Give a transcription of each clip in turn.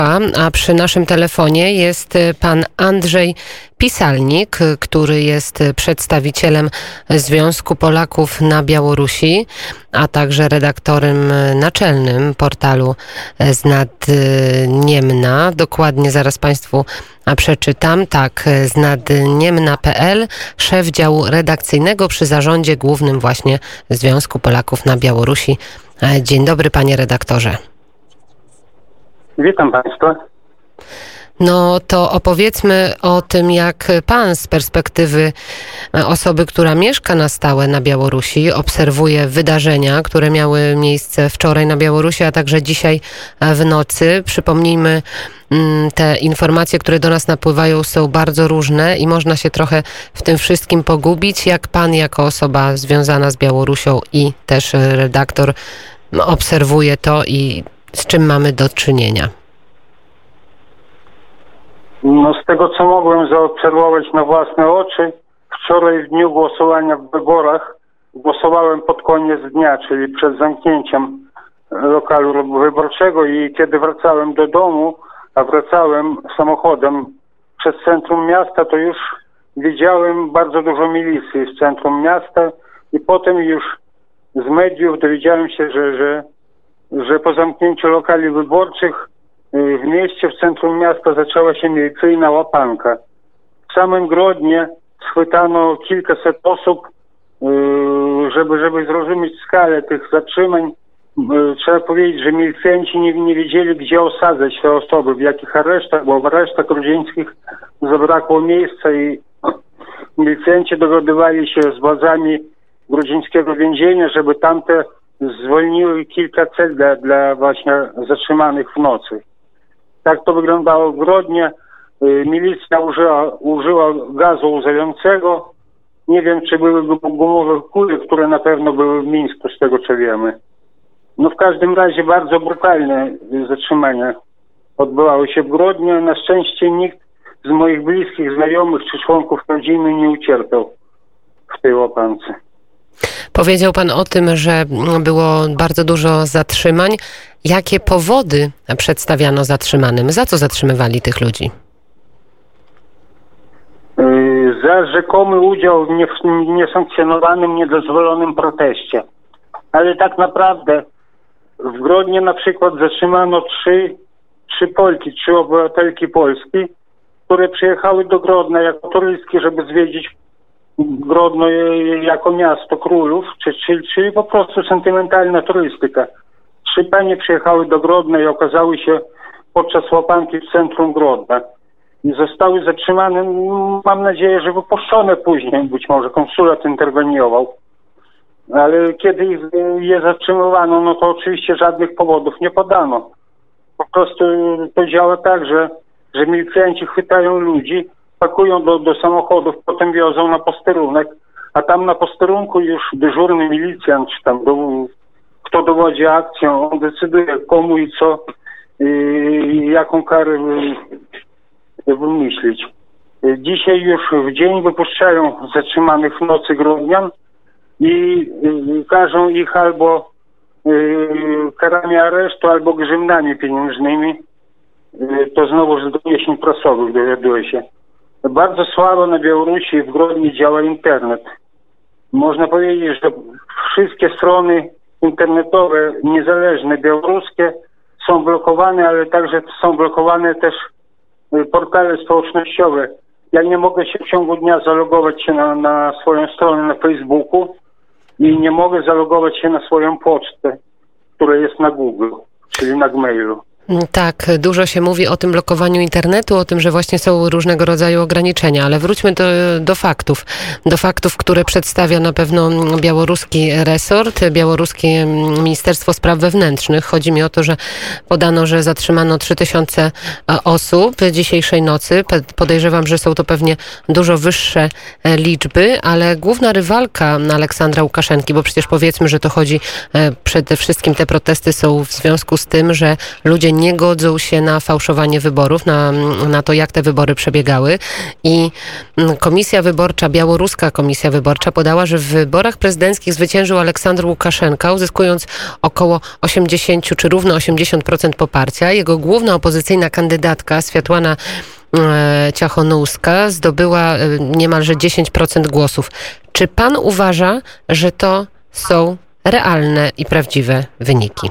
A przy naszym telefonie jest pan Andrzej Pisalnik, który jest przedstawicielem Związku Polaków na Białorusi, a także redaktorem naczelnym portalu Znadniemna. Dokładnie zaraz państwu przeczytam. Tak, znadniemna.pl, szef działu redakcyjnego przy zarządzie głównym właśnie Związku Polaków na Białorusi. Dzień dobry, panie redaktorze. Witam państwa. No to opowiedzmy o tym, jak pan z perspektywy osoby, która mieszka na stałe na Białorusi, obserwuje wydarzenia, które miały miejsce wczoraj na Białorusi, a także dzisiaj w nocy. Przypomnijmy, te informacje, które do nas napływają, są bardzo różne i można się trochę w tym wszystkim pogubić. Jak pan jako osoba związana z Białorusią i też redaktor obserwuje to i z czym mamy do czynienia? No, z tego, co mogłem zaobserwować na własne oczy, wczoraj w dniu głosowania w wyborach głosowałem pod koniec dnia, czyli przed zamknięciem lokalu wyborczego, i kiedy wracałem do domu, a wracałem samochodem przez centrum miasta, to już widziałem bardzo dużo milicji w centrum miasta i potem już z mediów dowiedziałem się, że po zamknięciu lokali wyborczych w mieście, w centrum miasta zaczęła się milicyjna łapanka. W samym Grodnie schwytano kilkaset osób. Żeby zrozumieć skalę tych zatrzymań, trzeba powiedzieć, że milicjanci nie wiedzieli, gdzie osadzać te osoby, w jakich aresztach, bo w aresztach grudzińskich zabrakło miejsca i milicjanci dogadywali się z władzami grudzińskiego więzienia, żeby tamte zwolniły kilka cel dla właśnie zatrzymanych w nocy. Tak to wyglądało w Grodnie. Milicja użyła gazu łzawiącego. Nie wiem, czy były gumowe kule, które na pewno były w Mińsku, z tego co wiemy. No w każdym razie bardzo brutalne zatrzymania odbywały się w Grodnie. Na szczęście nikt z moich bliskich znajomych czy członków rodziny nie ucierpiał w tej łapance. Powiedział pan o tym, że było bardzo dużo zatrzymań. Jakie powody przedstawiano zatrzymanym? Za co zatrzymywali tych ludzi? Za rzekomy udział w niesankcjonowanym, niedozwolonym proteście. Ale tak naprawdę w Grodnie na przykład zatrzymano trzy obywatelki Polski, które przyjechały do Grodna jako turystki, żeby zwiedzić Grodno jako miasto królów, czyli po prostu sentymentalna turystyka. 3 panie przyjechały do Grodna i okazały się podczas łapanki w centrum Grodna. I zostały zatrzymane, mam nadzieję, że wypuszczone później, być może konsulat interweniował. Ale kiedy je zatrzymywano, no to oczywiście żadnych powodów nie podano. Po prostu to działa tak, że milicjanci chwytają ludzi, pakują do samochodów, potem wiozą na posterunek, a tam na posterunku już dyżurny milicjant, czy tam kto dowodzi akcją, on decyduje komu i co, jaką karę wymyślić. Dzisiaj już w dzień wypuszczają zatrzymanych w nocy grodnian i każą ich albo karami aresztu, albo grzywnami pieniężnymi. To znowu z doniesień prasowych dowiaduje się. Bardzo słabo na Białorusi w Grodnie działa internet. Można powiedzieć, że wszystkie strony internetowe, niezależne, białoruskie są blokowane, ale także są blokowane też portale społecznościowe. Ja nie mogę się w ciągu dnia zalogować się na swoją stronę na Facebooku i nie mogę zalogować się na swoją pocztę, która jest na Google, czyli na Gmailu. Tak, dużo się mówi o tym blokowaniu internetu, o tym, że właśnie są różnego rodzaju ograniczenia, ale wróćmy do faktów. Do faktów, które przedstawia na pewno białoruski resort, białoruskie Ministerstwo Spraw Wewnętrznych. Chodzi mi o to, że podano, że zatrzymano 3000 osób dzisiejszej nocy. Podejrzewam, że są to pewnie dużo wyższe liczby, ale główna rywalka Aleksandra Łukaszenki, bo przecież powiedzmy, że to chodzi przede wszystkim, te protesty są w związku z tym, że ludzie ludzie nie godzą się na fałszowanie wyborów, na to, jak te wybory przebiegały. I komisja wyborcza, białoruska komisja wyborcza podała, że w wyborach prezydenckich zwyciężył Aleksandr Łukaszenka, uzyskując około 80 czy równo 80% poparcia. Jego główna opozycyjna kandydatka Światłana Cichanousska zdobyła niemalże 10% głosów. Czy pan uważa, że to są realne i prawdziwe wyniki?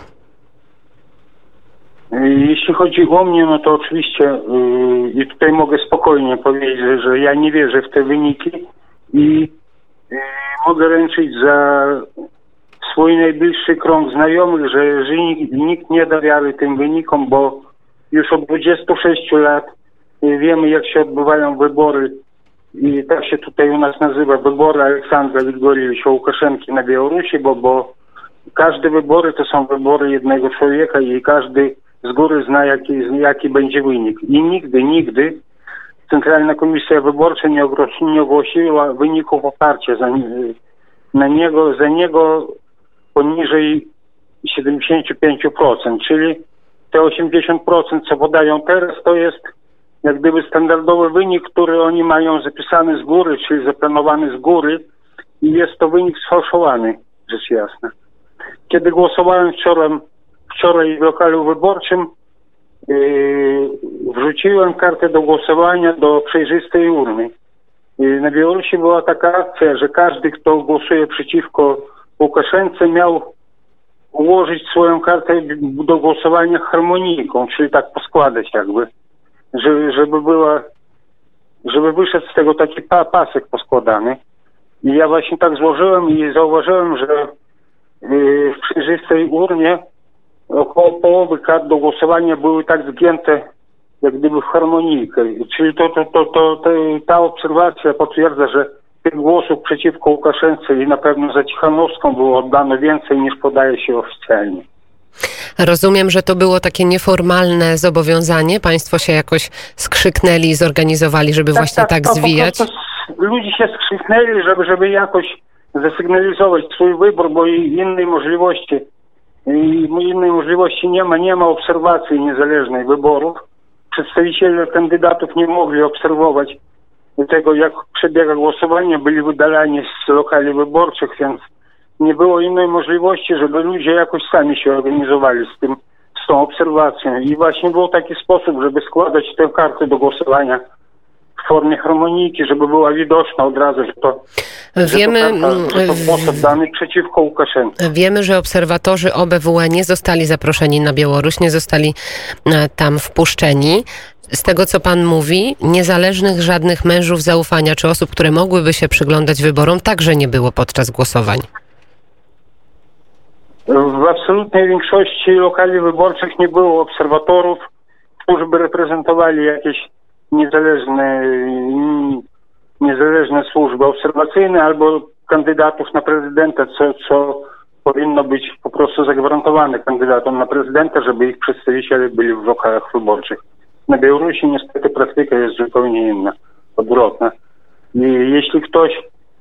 Jeśli chodzi o mnie, no to oczywiście i tutaj mogę spokojnie powiedzieć, że ja nie wierzę w te wyniki i mogę ręczyć za swój najbliższy krąg znajomych, że nikt nie da wiary tym wynikom, bo już od 26 lat wiemy, jak się odbywają wybory i tak się tutaj u nas nazywa wybory Aleksandra Grigoriewicza Łukaszenki na Białorusi, bo każde wybory to są wybory jednego człowieka i każdy z góry zna, jaki będzie wynik. I nigdy Centralna Komisja Wyborcza nie ogłosiła wyniku poparcia za niego poniżej 75%, czyli te 80%, co podają teraz, to jest jak gdyby standardowy wynik, który oni mają zapisany z góry, czyli zaplanowany z góry i jest to wynik sfałszowany, rzecz jasna. Kiedy głosowałem wczoraj w lokalu wyborczym, wrzuciłem kartę do głosowania do przejrzystej urny. Na Białorusi była taka akcja, że każdy, kto głosuje przeciwko Łukaszence, miał ułożyć swoją kartę do głosowania harmonijką, czyli tak poskładać jakby, żeby wyszedł z tego taki pasek poskładany. I ja właśnie tak złożyłem i zauważyłem, że w przejrzystej urnie około połowy kart do głosowania były tak zgięte jak gdyby w harmonijkę. Czyli ta obserwacja potwierdza, że tych głosów przeciwko Łukaszence i na pewno za Cichanowską było oddano więcej niż podaje się oficjalnie. Rozumiem, że to było takie nieformalne zobowiązanie. Państwo się jakoś skrzyknęli i zorganizowali, żeby właśnie tak zwijać. Ludzie się skrzyknęli, żeby jakoś zasygnalizować swój wybór, bo innej możliwości nie ma obserwacji niezależnej wyborów. Przedstawiciele kandydatów nie mogli obserwować tego, jak przebiega głosowanie, byli wydalani z lokali wyborczych, więc nie było innej możliwości, żeby ludzie jakoś sami się organizowali z tą obserwacją. I właśnie był taki sposób, żeby składać tę kartę do głosowania w formie harmonijki, żeby była widoczna od razu, że to głos oddany przeciwko Łukaszence. Wiemy, że obserwatorzy OBWE nie zostali zaproszeni na Białoruś, nie zostali tam wpuszczeni. Z tego, co pan mówi, niezależnych żadnych mężów zaufania, czy osób, które mogłyby się przyglądać wyborom, także nie było podczas głosowań. W absolutnej większości lokali wyborczych nie było obserwatorów, którzy by reprezentowali jakieś niezależne służby obserwacyjne albo kandydatów na prezydenta, co powinno być po prostu zagwarantowane kandydatom na prezydenta, żeby ich przedstawiciele byli w lokalach wyborczych. Na Białorusi niestety praktyka jest zupełnie inna, odwrotna. I jeśli ktoś,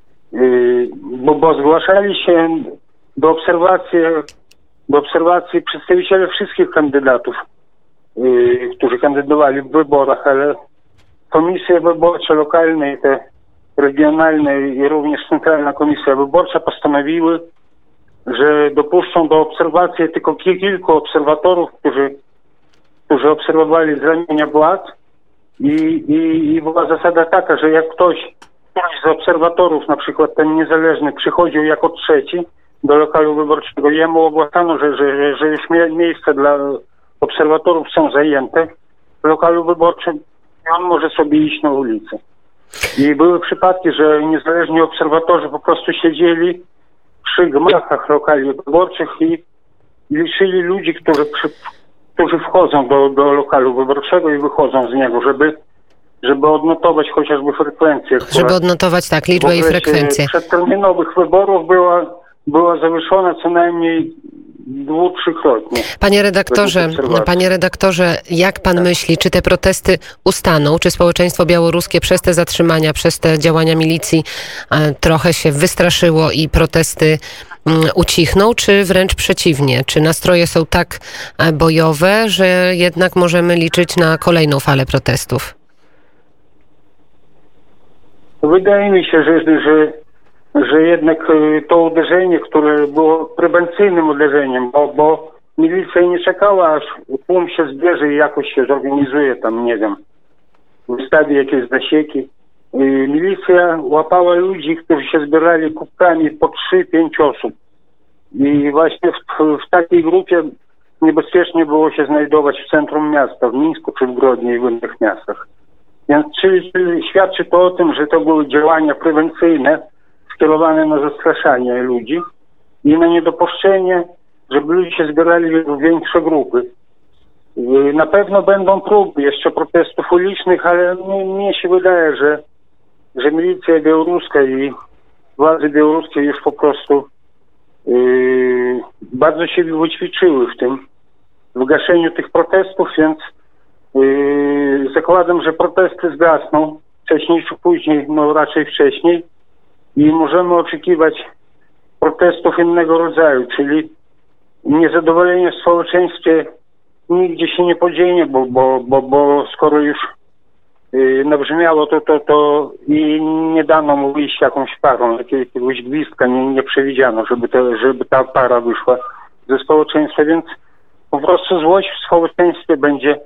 bo zgłaszali się do obserwacji przedstawiciele wszystkich kandydatów, którzy kandydowali w wyborach, ale komisje wyborcze lokalne, te regionalne i również Centralna Komisja Wyborcza postanowiły, że dopuszczą do obserwacji tylko kilku obserwatorów, którzy obserwowali z ramienia władz i była zasada taka, że jak któryś z obserwatorów, na przykład ten niezależny, przychodził jako trzeci do lokalu wyborczego, jemu ogłaszano, że już miejsca dla obserwatorów są zajęte w lokalu wyborczym i on może sobie iść na ulicę. I były przypadki, że niezależni obserwatorzy po prostu siedzieli przy gmachach lokali wyborczych i liczyli ludzi, którzy wchodzą do lokalu wyborczego i wychodzą z niego, żeby odnotować chociażby frekwencję. Żeby odnotować, tak, liczbę i frekwencję. Przedterminowych wyborów była zawieszona co najmniej 2-3-krotnie. Panie redaktorze, jak pan myśli, czy te protesty ustaną? Czy społeczeństwo białoruskie przez te zatrzymania, przez te działania milicji trochę się wystraszyło i protesty ucichną, czy wręcz przeciwnie? Czy nastroje są tak bojowe, że jednak możemy liczyć na kolejną falę protestów? Wydaje mi się, że jednak to uderzenie, które było prewencyjnym uderzeniem, bo milicja nie czekała, aż tłum się zbierze i jakoś się zorganizuje tam, nie wiem, wystawi jakieś zasieki. Milicja łapała ludzi, którzy się zbierali kubkami po 3-5 osób. I właśnie w takiej grupie niebezpiecznie było się znajdować w centrum miasta, w Mińsku czy w Grodnie i w innych miastach. Więc czyli świadczy to o tym, że to były działania prewencyjne skierowane na zastraszanie ludzi i na niedopuszczenie, żeby ludzie się zbierali w większe grupy. Na pewno będą próby jeszcze protestów ulicznych, ale mnie się wydaje, że milicja białoruska i władze białoruskie już po prostu bardzo się wyćwiczyły w gaszeniu tych protestów, więc zakładam, że protesty zgasną wcześniej czy później, no raczej wcześniej, i możemy oczekiwać protestów innego rodzaju, czyli niezadowolenie w społeczeństwie nigdzie się nie podzieje, bo skoro już nabrzmiało to i nie dano mu wyjść jakąś parą, jakiegoś gwizdka nie przewidziano, żeby ta para wyszła ze społeczeństwa, więc po prostu złość w społeczeństwie będzie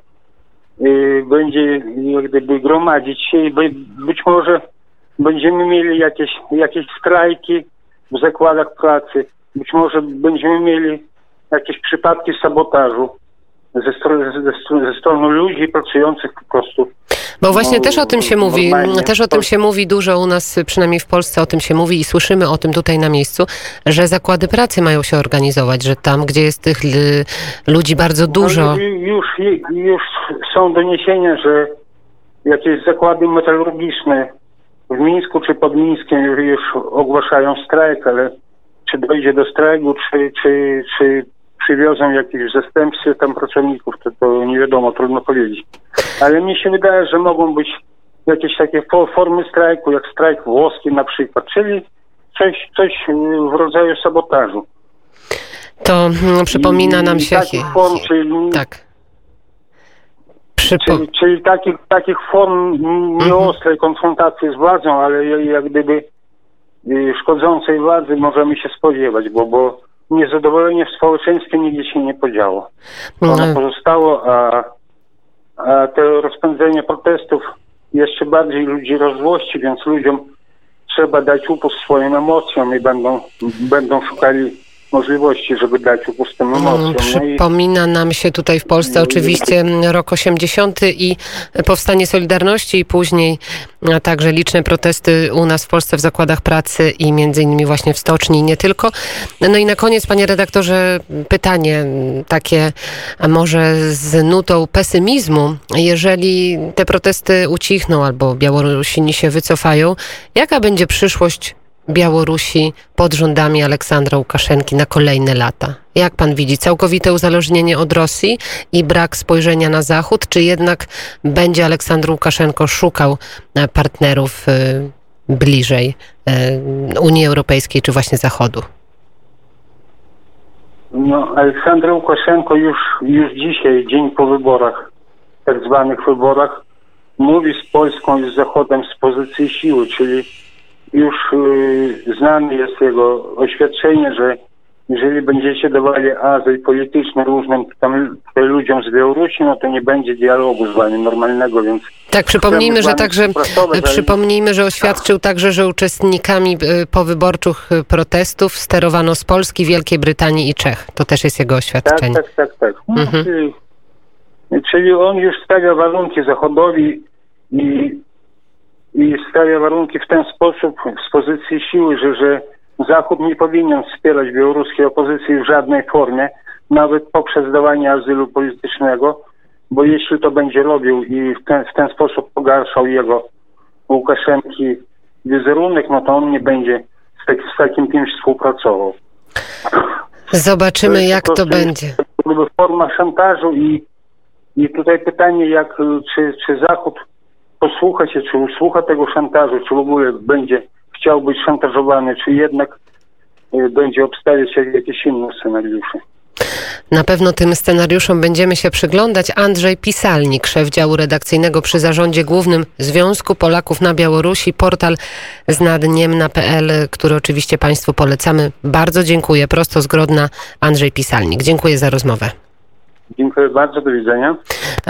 jak gdyby gromadzić się i być może będziemy mieli jakieś strajki w zakładach pracy, być może będziemy mieli jakieś przypadki sabotażu ze strony ludzi pracujących po prostu. Bo właśnie też o tym się mówi dużo u nas, przynajmniej w Polsce o tym się mówi i słyszymy o tym tutaj na miejscu, że zakłady pracy mają się organizować, że tam, gdzie jest tych ludzi bardzo dużo. No, już są doniesienia, że jakieś zakłady metalurgiczne w Mińsku czy pod Mińskiem już ogłaszają strajk, ale czy dojdzie do strajku, czy przywiozą jakichś zastępcy tam pracowników, to nie wiadomo, trudno powiedzieć. Ale mi się wydaje, że mogą być jakieś takie formy strajku, jak strajk włoski na przykład, czyli coś w rodzaju sabotażu. To przypomina nam się... Takich form, tak. Czyli takich form nieostrej konfrontacji z władzą, ale jak gdyby szkodzącej władzy możemy się spodziewać, bo niezadowolenie w społeczeństwie nigdzie się nie podziało. Ono pozostało, a to rozpędzenie protestów jeszcze bardziej ludzi rozzłości, więc ludziom trzeba dać upust swoim emocjom i będą szukali możliwości, żeby dać upust tym emocjom. Przypomina nam się tutaj w Polsce oczywiście rok 80 i powstanie Solidarności i później także liczne protesty u nas w Polsce w zakładach pracy i między innymi właśnie w stoczni i nie tylko. No i na koniec, panie redaktorze, pytanie takie, a może z nutą pesymizmu. Jeżeli te protesty ucichną albo Białorusini się wycofają, jaka będzie przyszłość Białorusi pod rządami Aleksandra Łukaszenki na kolejne lata? Jak pan widzi? Całkowite uzależnienie od Rosji i brak spojrzenia na Zachód, czy jednak będzie Aleksandr Łukaszenko szukał partnerów bliżej Unii Europejskiej czy właśnie Zachodu? No, Aleksandr Łukaszenko już dzisiaj, dzień po wyborach, tak zwanych wyborach, mówi z Polską i z Zachodem z pozycji siły, czyli już znane jest jego oświadczenie, że jeżeli będziecie dawali azyl polityczny różnym tam ludziom z Białorusi, no to nie będzie dialogu z wami normalnego, więc... Tak, przypomnijmy, że oświadczył także, że uczestnikami powyborczych protestów sterowano z Polski, Wielkiej Brytanii i Czech. To też jest jego oświadczenie. Tak. No, czyli on już stawia warunki Zachodowi i stawia warunki w ten sposób, z pozycji siły, że Zachód nie powinien wspierać białoruskiej opozycji w żadnej formie, nawet poprzez dawanie azylu politycznego, bo jeśli to będzie robił i w ten sposób pogarszał jego Łukaszenki wizerunek, no to on nie będzie z takim kimś współpracował. Zobaczymy, jak to będzie. To forma szantażu i tutaj pytanie, czy Zachód posłucha się, czy usłucha tego szantażu, czy w ogóle będzie chciał być szantażowany, czy jednak będzie obstawiać jakieś inne scenariusze. Na pewno tym scenariuszom będziemy się przyglądać. Andrzej Pisalnik, szef działu redakcyjnego przy Zarządzie Głównym Związku Polaków na Białorusi, portal znadniemna.pl, który oczywiście Państwu polecamy. Bardzo dziękuję. Prosto z Grodna Andrzej Pisalnik. Dziękuję za rozmowę. Dziękuję bardzo. Do widzenia.